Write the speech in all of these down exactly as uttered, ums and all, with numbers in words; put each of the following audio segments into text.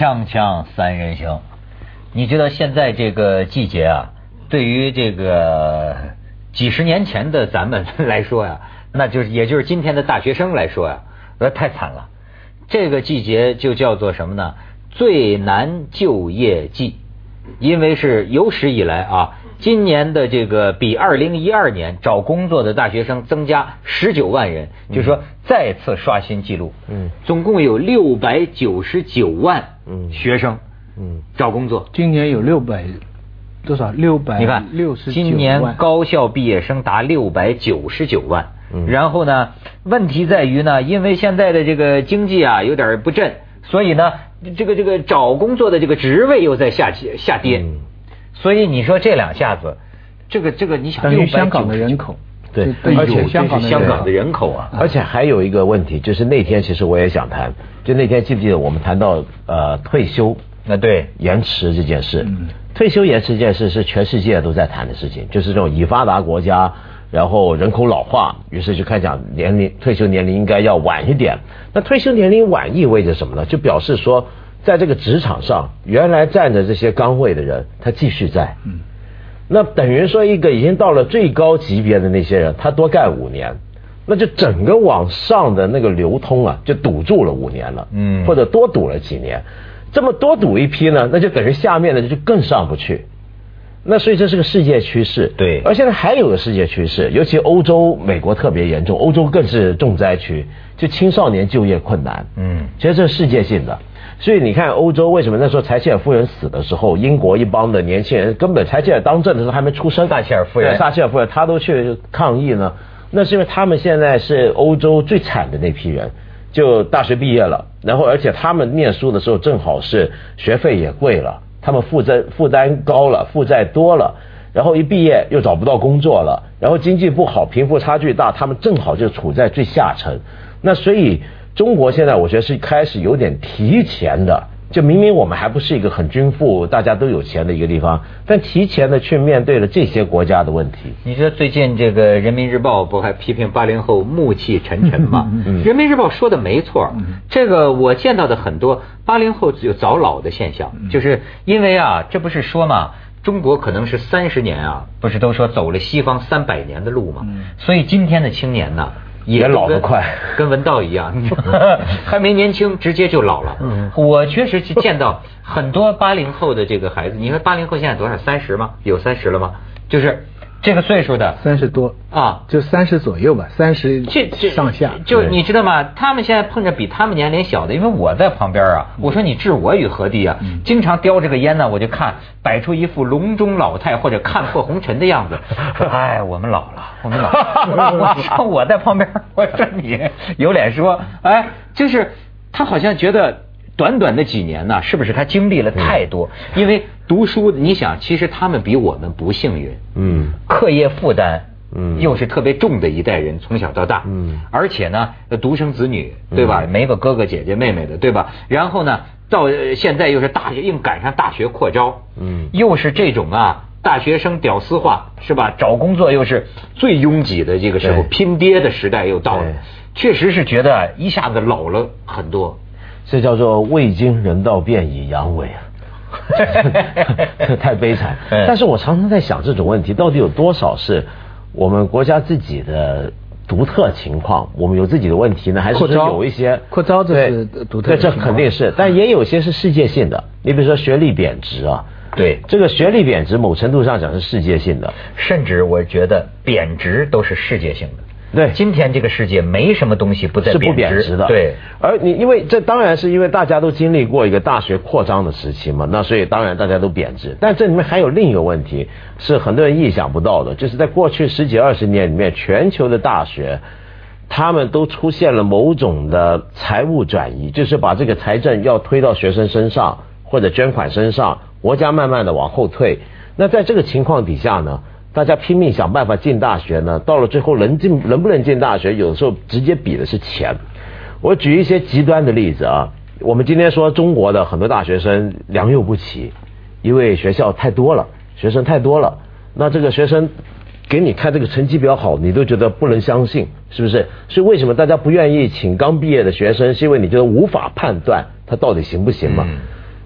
锵锵三人行，你知道现在这个季节啊，对于这个几十年前的咱们来说呀，那就是也就是今天的大学生来说呀，那太惨了。这个季节就叫做什么呢？最难就业季，因为是有史以来啊，今年的这个比二零一二年找工作的大学生增加十九万人，嗯、就是说再次刷新纪录。嗯，总共有六百九十九万学生，嗯，找工作。 今年有六百多少？六百你看六十九万。 今年高校毕业生达六百九十九万。嗯，然后呢，问题在于呢，因为现在的这个经济啊有点不振，所以呢，这个这个找工作的这个职位又在下下跌。嗯，所以你说这两下子，这个这个你想， 等于香港的人口， 对， 而且香港的香港的人口啊， 而且还有一个问题，就是那天其实我也想谈，就那天记不记得我们谈到呃退休那对延迟这件事， 嗯， 退休延迟这件事是全世界都在谈的事情，就是这种已发达国家，然后人口老化，于是就开始讲年龄退休年龄应该要晚一点。那退休年龄晚意味着什么呢？就表示说，在这个职场上，原来站着这些岗位的人，他继续在。嗯，那等于说一个已经到了最高级别的那些人，他多干五年，那就整个往上的那个流通啊，就堵住了五年了。嗯，或者多堵了几年，这么多堵一批呢，那就等于下面的就更上不去。那所以这是个世界趋势。 对， 而现在还有个世界趋势，尤其欧洲、美国特别严重，欧洲更是重灾区，就青少年就业困难。嗯，其实这是世界性的。所以你看欧洲为什么那时候柴契尔夫人死的时候，英国一帮的年轻人根本柴契尔当政的时候还没出生， 撒切尔夫人， 撒切尔夫人他都去抗议呢？那是因为他们现在是欧洲最惨的那批人，就大学毕业了，然后而且他们念书的时候正好是学费也贵了，他们负债负担高了，负债多了，然后一毕业又找不到工作了，然后经济不好，贫富差距大，他们正好就处在最下层。那所以中国现在我觉得是开始有点提前的，就明明我们还不是一个很均富大家都有钱的一个地方，但提前的去面对了这些国家的问题。 你知道最近这个人民日报不还批评八零后暮气沉沉吗？嗯、人民日报说的没错，嗯、这个我见到的很多八零后有早老的现象，嗯、就是因为啊，这不是说嘛，中国可能是三十年啊，不是都说走了西方三百年的路嘛，嗯、所以今天的青年呢也老得快， 跟文道一样，还没年轻直接就老了。嗯，我确实是见到很多八零后的这个孩子，你说八零后现在多少？三十吗？有三十了吗？就是这个岁数的， 三十多啊，就三十左右吧，三十上下。 就你知道吗？他们现在碰着比他们年龄小的，因为我在旁边啊，我说你置我于何地啊？嗯、经常叼着个烟呢，我就看摆出一副笼中老太或者看破红尘的样子。说哎，我们老了，我们老了。我说我在旁边，我说你有脸说，哎，就是他好像觉得短短的几年呢，是不是他经历了太多？嗯、因为读书，你想，其实他们比我们不幸运。嗯，课业负担，嗯，又是特别重的一代人，从小到大。嗯，而且呢，独生子女，对吧？嗯、没个哥哥姐姐妹妹的，对吧？然后呢，到现在又是大学，硬赶上大学扩招。嗯，又是这种啊。大学生屌丝化是吧？找工作又是最拥挤的这个时候，拼爹的时代又到了，确实是觉得一下子老了很多。 这叫做未经人道便以阳痿啊，这太悲惨。但是我常常在想，这种问题到底有多少是我们国家自己的独特情况，我们有自己的问题呢，还是有一些扩招这是独特的情况？ 这肯定是，但也有些是世界性的。你比如说学历贬值啊。 对， 这个学历贬值某程度上讲是世界性的， 甚至我觉得贬值都是世界性的。 对， 今天这个世界没什么东西不在是不贬值的。 对， 而你因为这当然是因为大家都经历过一个大学扩张的时期嘛，那所以当然大家都贬值。但这里面还有另一个问题是很多人意想不到的，就是在过去十几二十年里面，全球的大学他们都出现了某种的财务转移，就是把这个财政要推到学生身上或者捐款身上。国家慢慢的往后退，那在这个情况底下呢，大家拼命想办法进大学呢，到了最后能进能不能进大学，有的时候直接比的是钱。我举一些极端的例子啊，我们今天说中国的很多大学生良莠不齐，因为学校太多了，学生太多了，那这个学生给你看这个成绩表好，你都觉得不能相信，是不是？所以为什么大家不愿意请刚毕业的学生，是因为你觉得无法判断他到底行不行嘛？嗯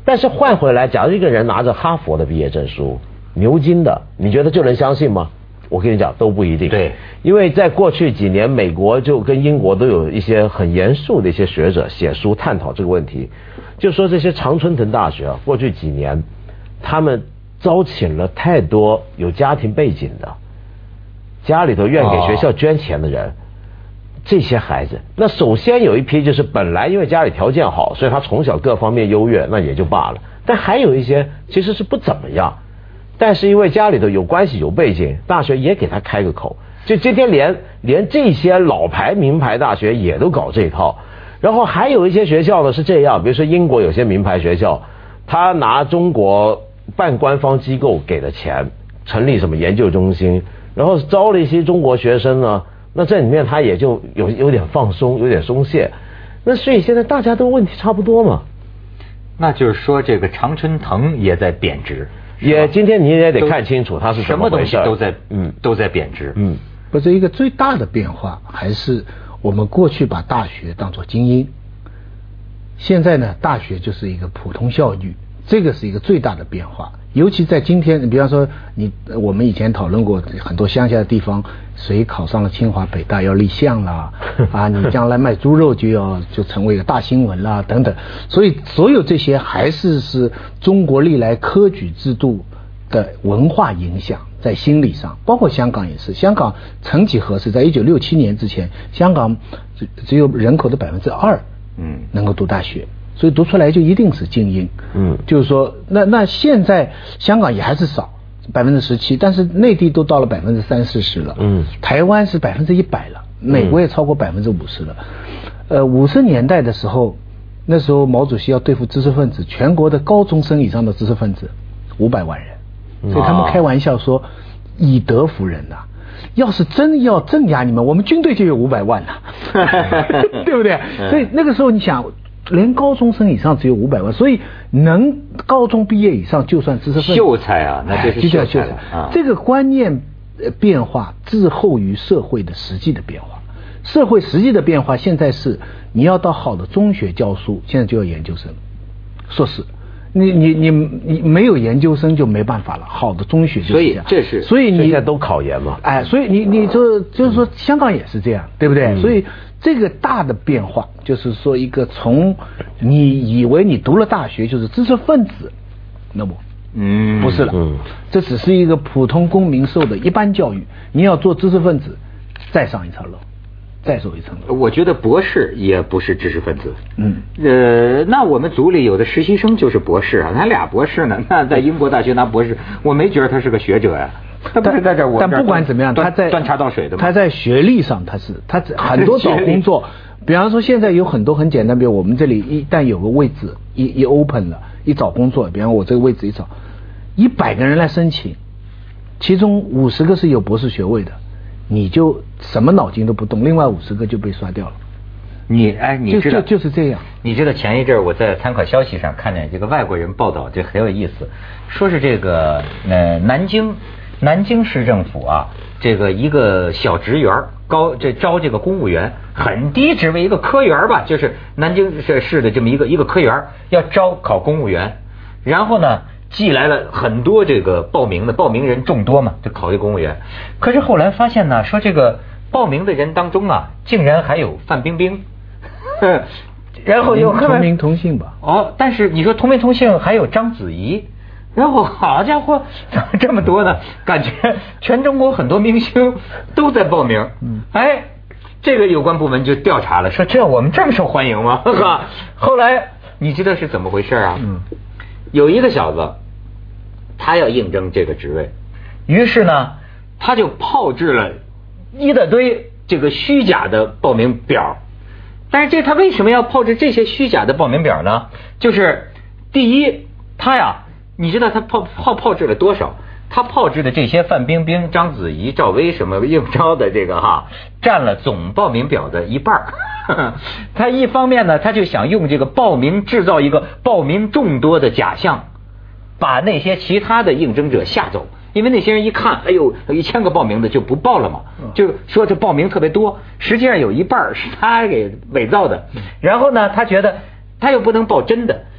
但是换回来，假如一个人拿着哈佛的毕业证书，牛津的，你觉得就能相信吗？我跟你讲，都不一定。 对， 因为在过去几年，美国就跟英国都有一些很严肃的一些学者写书探讨这个问题，就说这些常春藤大学啊，过去几年他们招请了太多有家庭背景的，家里头愿给学校捐钱的人。哦，这些孩子，那首先有一批就是本来因为家里条件好，所以他从小各方面优越，那也就罢了。但还有一些其实是不怎么样，但是因为家里头有关系有背景，大学也给他开个口。就今天连连这些老牌名牌大学也都搞这一套。然后还有一些学校呢是这样，比如说英国有些名牌学校，他拿中国半官方机构给的钱成立什么研究中心，然后招了一些中国学生呢，那这里面他也就有有点放松，有点松懈。那所以现在大家都问题差不多嘛。 那就是说这个常春藤也在贬值， 也今天你也得看清楚它是怎么回事。 什么东西都在嗯都在贬值。 嗯，不是一个最大的变化，还是我们过去把大学当作精英，现在呢大学就是一个普通教育，这个是一个最大的变化。尤其在今天，你比方说你我们以前讨论过很多乡下的地方，谁考上了清华北大要立项啦，啊，你将来卖猪肉就要就成为一个大新闻啦等等。所以所有这些还是是中国历来科举制度的文化影响在心理上，包括香港也是。香港曾几何时，在一九六七年之前，香港只只有人口的百分之二，嗯，能够读大学。所以读出来就一定是精英，嗯，就是说，那那现在香港也还是少，百分之十七，但是内地都到了百分之三四十了，嗯，台湾是百分之一百了，美国也超过百分之五十了。呃，五十年代的时候，那时候毛主席要对付知识分子，全国的高中生以上的知识分子五百万人，所以他们开玩笑说，以德服人呐、啊。要是真要镇压你们，我们军队就有五百万了，对不对？所以那个时候你想。连高中生以上只有五百万，所以能高中毕业以上就算知识分子。 秀才啊，那就是秀才了啊。这个观念变化滞后于社会的实际的变化。社会实际的变化现在是你要到好的中学教书，现在就要研究生、硕士。你你你你没有研究生就没办法了，好的中学就是这样。 所以这是， 所以你现在都考研嘛， 哎，所以你你就就是说香港也是这样，对不对？嗯、所以这个大的变化就是说，一个从你以为你读了大学就是知识分子，那么嗯不是了，嗯，这只是一个普通公民受的一般教育，你要做知识分子，再上一层楼。再走一层楼， 我觉得博士也不是知识分子。嗯，呃，那我们组里有的实习生就是博士啊，他俩博士呢，那在英国大学拿博士，我没觉得他是个学者呀、啊。他不是在这我但不管怎么样，他在端茶倒水的嘛。 他在学历上，他是他很多找工作，比方说现在有很多很简单，比如我们这里一旦有个位置一一 open 了，一找工作，比方我这个位置一找，一百个人来申请，其中五十个是有博士学位的。你就什么脑筋都不动，另外五十个就被刷掉了。 你哎，你知道就就就是这样。 你知道前一阵我在参考消息上看见这个外国人报道，这很有意思，说是这个呃南京南京市政府啊，这个一个小职员高这招这个公务员，很低职位一个科员吧，就是南京市市的这么一个一个科员要招考公务员，然后呢。寄来了很多这个报名的，报名人众多嘛，就考这公务员。可是后来发现呢，说这个报名的人当中啊，竟然还有范冰冰，然后又同名同姓吧。 哦，但是你说同名同姓还有章子怡，然后好家伙，怎么这么多呢？感觉全中国很多明星都在报名。嗯，哎，这个有关部门就调查了，说这我们这么受欢迎吗？后来你知道是怎么回事啊？嗯。有一个小子，他要应征这个职位，于是呢，他就炮制了一大堆这个虚假的报名表。但是这他为什么要炮制这些虚假的报名表呢？就是第一，他呀，你知道他炮炮炮制了多少？他炮制的这些范冰冰、章子怡、赵薇什么应招的这个哈，占了总报名表的一半。他一方面呢，他就想用这个报名制造一个报名众多的假象，把那些其他的应征者吓走。因为那些人一看，哎呦，一千个报名的就不报了嘛，就说这报名特别多，实际上有一半是他给伪造的。然后呢，他觉得他又不能报真的，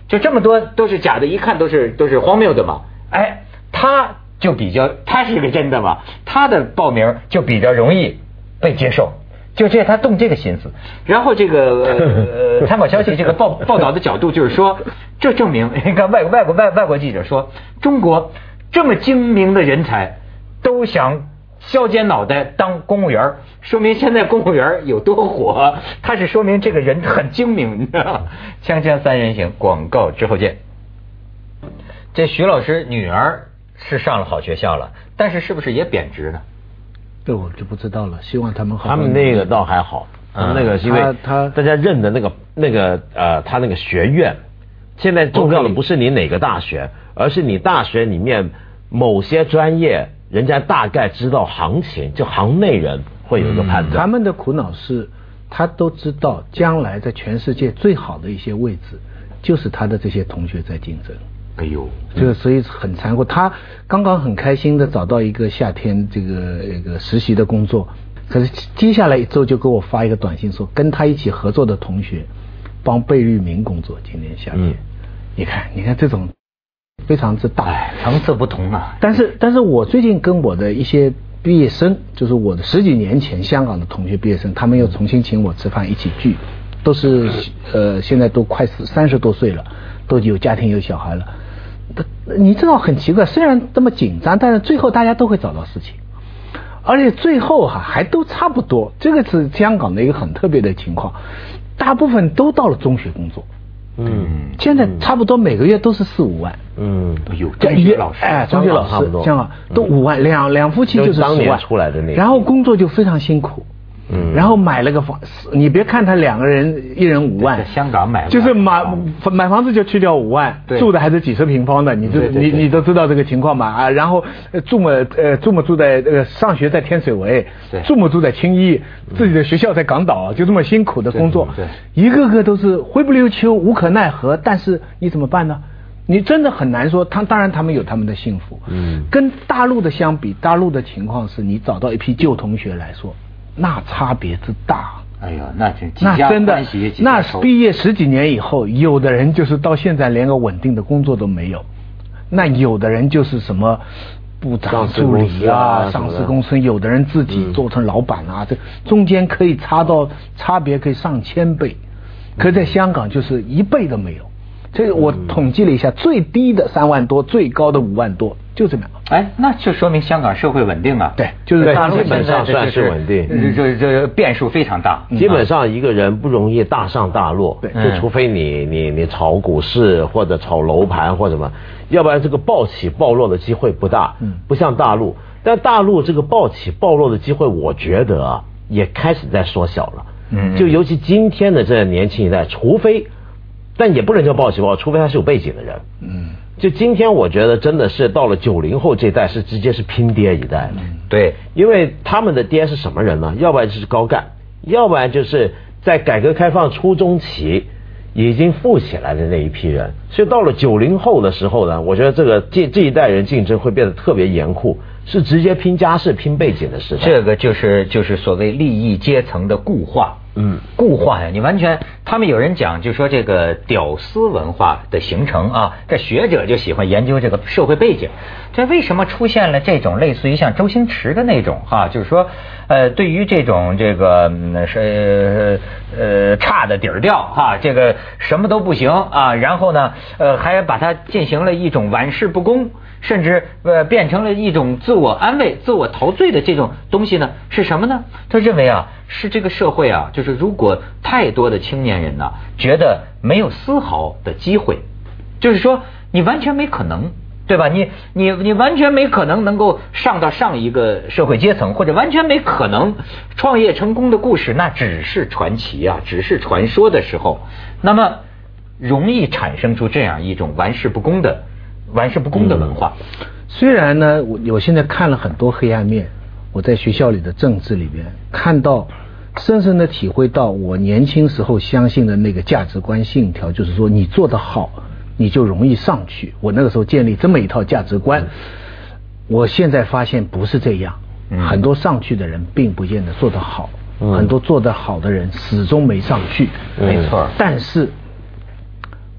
就这么多都是假的，一看都是都是荒谬的嘛。哎，他就比较，他是一个真的嘛，他的报名就比较容易被接受。就这，他动这个心思，然后这个呃，参考消息这个报报道的角度就是说，这证明你看外外国外外国记者说，中国这么精明的人才都想削尖脑袋当公务员，说明现在公务员有多火，他是说明这个人很精明，你知道吗？锵锵三人行，广告之后见。这徐老师女儿是上了好学校了，但是是不是也贬值呢？ 这我就不知道了，希望他们好。 他们那个倒还好，他们那个是因为他大家认的那个那个呃，他那个学院，现在重要的不是你哪个大学，而是你大学里面某些专业，人家大概知道行情，就行内人会有一个判断。 他们的苦恼是，他都知道将来在全世界最好的一些位置，就是他的这些同学在竞争。 哎呦， 这个所以很残酷。他刚刚很开心的找到一个夏天这个一个实习的工作，可是接下来一周就给我发一个短信说，跟他一起合作的同学帮贝聿铭工作，今年夏天。嗯，你看，你看这种非常之大， 哎，层次不同啊。 但是，但是我最近跟我的一些毕业生，就是我的十几年前香港的同学毕业生，他们又重新请我吃饭，一起聚，都是呃现在都快三十多岁了，都有家庭有小孩了。你知道很奇怪，虽然这么紧张，但是最后大家都会找到事情，而且最后哈、啊、还都差不多。这个是香港的一个很特别的情况，大部分都到了中学工作。嗯，现在差不多每个月都是四五万。嗯， 有中学老师， 哎，中学老师香港都五万，两两夫妻就是十万。 当年出来的那个， 然后工作就非常辛苦。嗯，然后买了个房，你别看他两个人一人五万， 在香港买就是买买房子就去掉五万，住的还是几十平方的，你就你你都知道这个情况嘛啊，然后住么呃住么住在呃上学在天水围，住么住在青衣，自己的学校在港岛，就这么辛苦的工作，对，一个个都是灰不溜秋，无可奈何，但是你怎么办呢？你真的很难说，他当然他们有他们的幸福，嗯，跟大陆的相比，大陆的情况是你找到一批旧同学来说。那差别之大， 哎呀，那真那真的，那毕业十几年以后，有的人就是到现在连个稳定的工作都没有，那有的人就是什么部长助理啊，上市公司，有的人自己做成老板啊，这中间可以差到差别可以上千倍，可在香港就是一倍都没有。这个我统计了一下，最低的三万多，最高的五万多，就这么样。 哎，那就说明香港社会稳定啊。 对，就是大陆基本上算是稳定， 这这变数非常大。 基本上一个人不容易大上大落，对，就除非你你你炒股市或者炒楼盘或什么，要不然这个暴起暴落的机会不大。嗯，不像大陆，但大陆这个暴起暴落的机会，我觉得啊也开始在缩小了。嗯，就尤其今天的这年轻一代，除非。但也不能叫暴起暴落，除非他是有背景的人。嗯，就今天我觉得真的是到了九零后这代是直接是拼爹一代了。嗯， 对， 因为他们的爹是什么人呢？要不然就是高干，要不然就是在改革开放初中期已经富起来的那一批人。所以到了九零后的时候呢，我觉得这个这这一代人竞争会变得特别严酷，是直接拼家世、拼背景的时代。 这个就是就是所谓利益阶层的固化。嗯，固化呀，你完全，他们有人讲，就说这个屌丝文化的形成啊，这学者就喜欢研究这个社会背景，这为什么出现了这种类似于像周星驰的那种哈、啊，就是说，呃，对于这种这个是呃差的底儿调哈，这个什么都不行啊，然后呢，呃，还把它进行了一种玩世不恭。甚至呃变成了一种自我安慰、自我陶醉的这种东西呢？是什么呢？他认为啊，是这个社会啊，就是如果太多的青年人呢、啊，觉得没有丝毫的机会，就是说你完全没可能，对吧？你你你完全没可能能够上到上一个社会阶层，或者完全没可能创业成功的故事，那只是传奇啊，只是传说的时候，那么容易产生出这样一种玩世不恭的。玩世不恭的文化、 嗯，虽然呢，我我现在看了很多黑暗面，我在学校里的政治里边看到，深深的体会到我年轻时候相信的那个价值观信条，就是说你做得好，你就容易上去。我那个时候建立这么一套价值观，嗯、我现在发现不是这样，嗯、很多上去的人并不见得做得好，嗯、很多做得好的人始终没上去， 没错。 但是。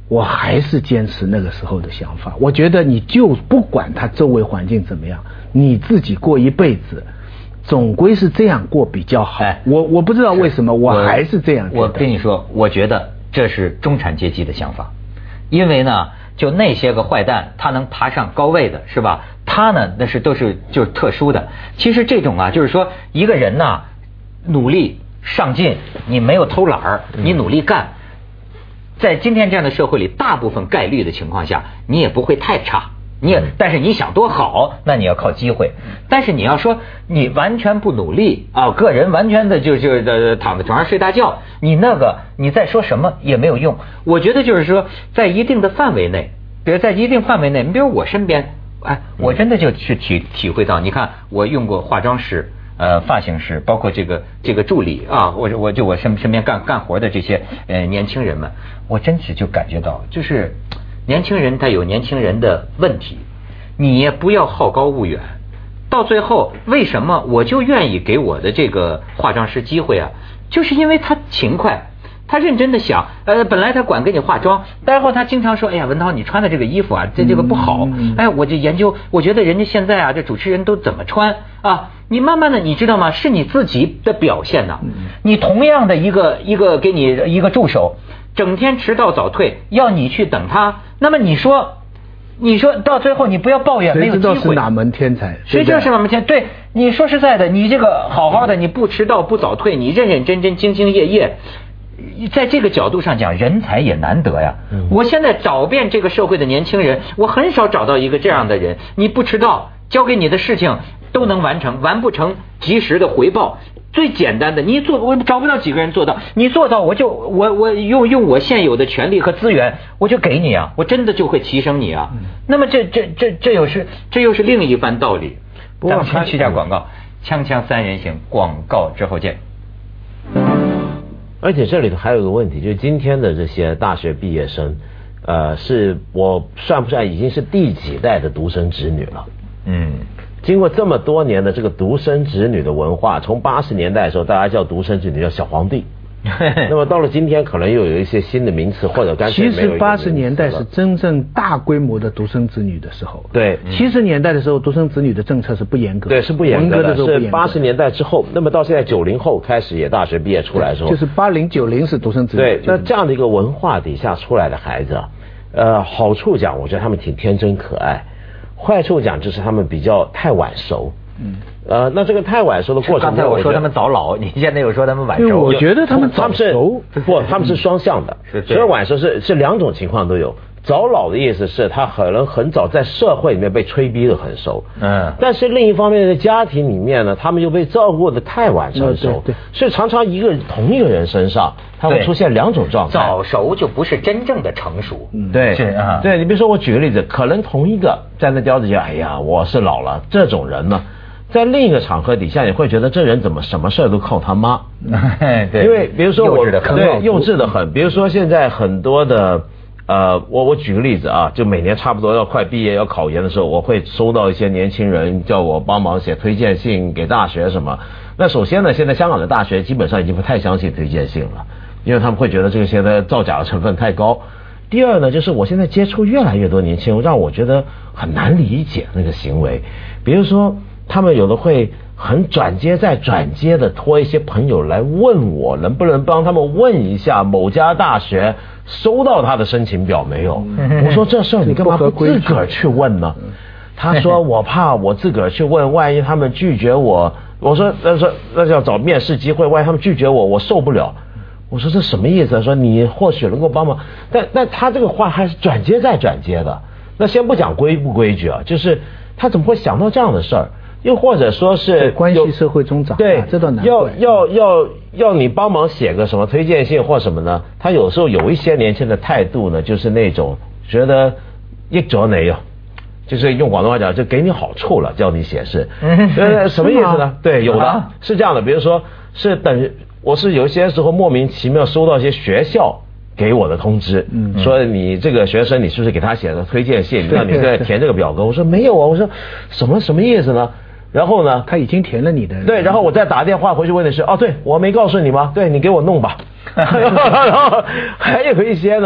我还是坚持那个时候的想法。我觉得你就不管他周围环境怎么样，你自己过一辈子，总归是这样过比较好。哎、我我不知道为什么，我还是这样觉得。 我跟你说，我觉得这是中产阶级的想法，因为呢，就那些个坏蛋，他能爬上高位的，是吧？他呢，那是都是就是特殊的。其实这种啊，就是说一个人呢，努力上进，你没有偷懒儿，你努力干。在今天这样的社会里，大部分概率的情况下，你也不会太差。你也，但是你想多好，那你要靠机会。但是你要说你完全不努力啊，个人完全的就就的躺在床上睡大觉，你那个你再说什么也没有用。我觉得就是说，在一定的范围内，比如在一定范围内，你比如我身边，哎，我真的就去体体会到，你看我用过化妆师。呃，发型师，包括这个这个助理啊，我我就我身身边干干活的这些呃年轻人们，我真是就感觉到，就是年轻人他有年轻人的问题，你也不要好高骛远。到最后，为什么我就愿意给我的这个化妆师机会啊？就是因为他勤快。他认真的想，呃，本来他管给你化妆，待会他经常说，哎呀，文涛，你穿的这个衣服啊，这这个不好，哎，我就研究，我觉得人家现在啊，这主持人都怎么穿啊？你慢慢的，你知道吗？是你自己的表现呐、啊。你同样的一个一个给你一个助手，整天迟到早退，要你去等他，那么你说，你说到最后你不要抱怨没有机会。 谁知道是哪门天才？ 谁知道是哪门天才？对，你说实在的，你这个好好的，你不迟到不早退，你认认真真兢兢业业。在这个角度上讲，人才也难得呀。我现在找遍这个社会的年轻人，我很少找到一个这样的人。你不迟到，交给你的事情都能完成，完不成及时的回报。最简单的，你做我找不到几个人做到，你做到我就我我用用我现有的权利和资源，我就给你啊，我真的就会提升你啊。那么这这这这又是这又是另一番道理。咱们先去下广告，锵锵三人行，广告之后见。 而且这里头还有一个问题，就是今天的这些大学毕业生，呃，是我算不算已经是第几代的独生子女了？嗯，经过这么多年的这个独生子女的文化，从八十年代的时候，大家叫独生子女叫小皇帝。那么到了今天，可能又有一些新的名词，或者干脆没有一个名词了。 其实八十年代是真正大规模的独生子女的时候。 对， 七十年代的时候，独生子女的政策是不严格的。 对，是不严格的。 的是八十年代之后，那么到现在九零后开始也大学毕业出来的时候， 就是八零九零是独生子女。 对，那这样的一个文化底下出来的孩子，呃，好处讲，我觉得他们挺天真可爱；坏处讲，就是他们比较太晚熟。嗯。呃，那这个太晚熟的过程中， 刚才我说他们早老，你现在又说他们晚熟。 我觉得他们早熟，不，他们是双向的。所以晚熟是是两种情况都有。早老的意思是他可能很早在社会里面被催逼的很熟，嗯，但是另一方面在家庭里面呢，他们又被照顾的太晚成熟，对，所以常常一个同一个人身上，他会出现两种状态。 早熟就不是真正的成熟， 嗯，对， 是啊， 对，你比如说我举个例子，可能同一个站在雕子前，哎呀，我是老了，这种人呢。在另一个场合底下，你会觉得这人怎么什么事都靠他妈？ 对， 因为比如说我幼稚的很， 对，幼稚的很。比如说现在很多的，呃，我我举个例子啊，就每年差不多要快毕业要考研的时候，我会收到一些年轻人叫我帮忙写推荐信给大学什么。那首先呢，现在香港的大学基本上已经不太相信推荐信了，因为他们会觉得这个现在造假的成分太高。第二呢，就是我现在接触越来越多年轻人，让我觉得很难理解那个行为，比如说。他们有的会很转接再转接的托一些朋友来问我，能不能帮他们问一下某家大学收到他的申请表没有？我说这事儿你干嘛不自个儿去问呢？他说我怕我自个儿去问，万一他们拒绝我。我说那说那要找面试机会，万一他们拒绝我，我受不了。我说这什么意思？说你或许能够帮忙，但但他这个话还是转接再转接的。那先不讲规不规矩啊，就是他怎么会想到这样的事儿？又或者说是关系社会中长大， 对， 这倒难怪。 要要要要你帮忙写个什么推荐信或什么呢？他有时候有一些年轻的态度呢，就是那种觉得益咗你啊，就是用广东话讲，就给你好处了，叫你写信。呃，什么意思呢？对，有的是这样的，比如说是等我是有一些时候莫名其妙收到一些学校。给我的通知，嗯，说你这个学生，你是不是给他写的推荐信？让你在填这个表格。我说没有啊，我说什么什么意思呢？然后呢， 他已经填了你的。 对，然后我再打电话回去问的是，哦，对我没告诉你吗？对你给我弄吧。然后还有一些呢，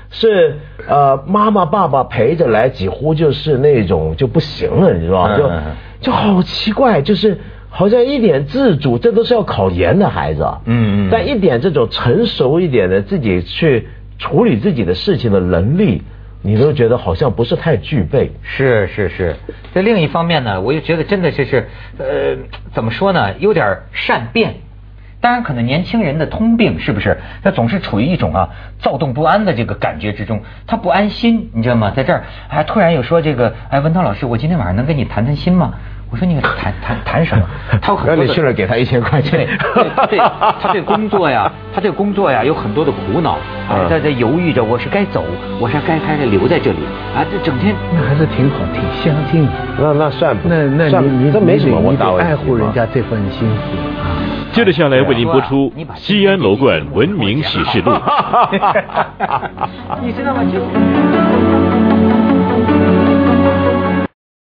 是呃妈妈爸爸陪着来，几乎就是那种就不行了，你知道吗？就就好奇怪，就是好像一点自主，这都是要考研的孩子啊。嗯嗯。但一点这种成熟一点的自己去处理自己的事情的能力，你都觉得好像不是太具备。 是是是。在另一方面呢，我又觉得真的是是呃怎么说呢，有点善变。当然可能年轻人的通病是不是他总是处于一种啊躁动不安的这个感觉之中，他不安心，你知道吗？在这儿哎突然又说这个哎文涛老师，我今天晚上能跟你谈谈心吗？我说你谈谈谈什么？他有很多让你去了给他一千块钱。 对对，他对工作呀，他对工作呀有很多的苦恼，啊，在在犹豫着，我是该走，我是该还是留在这里啊？这整天那还是挺好，挺相近的。 那那算不？ 那那算你你这没什么你得大问题。 爱护人家这份心思啊。 接着下来为您播出《西安楼冠文明启示录》。 你知道吗？就。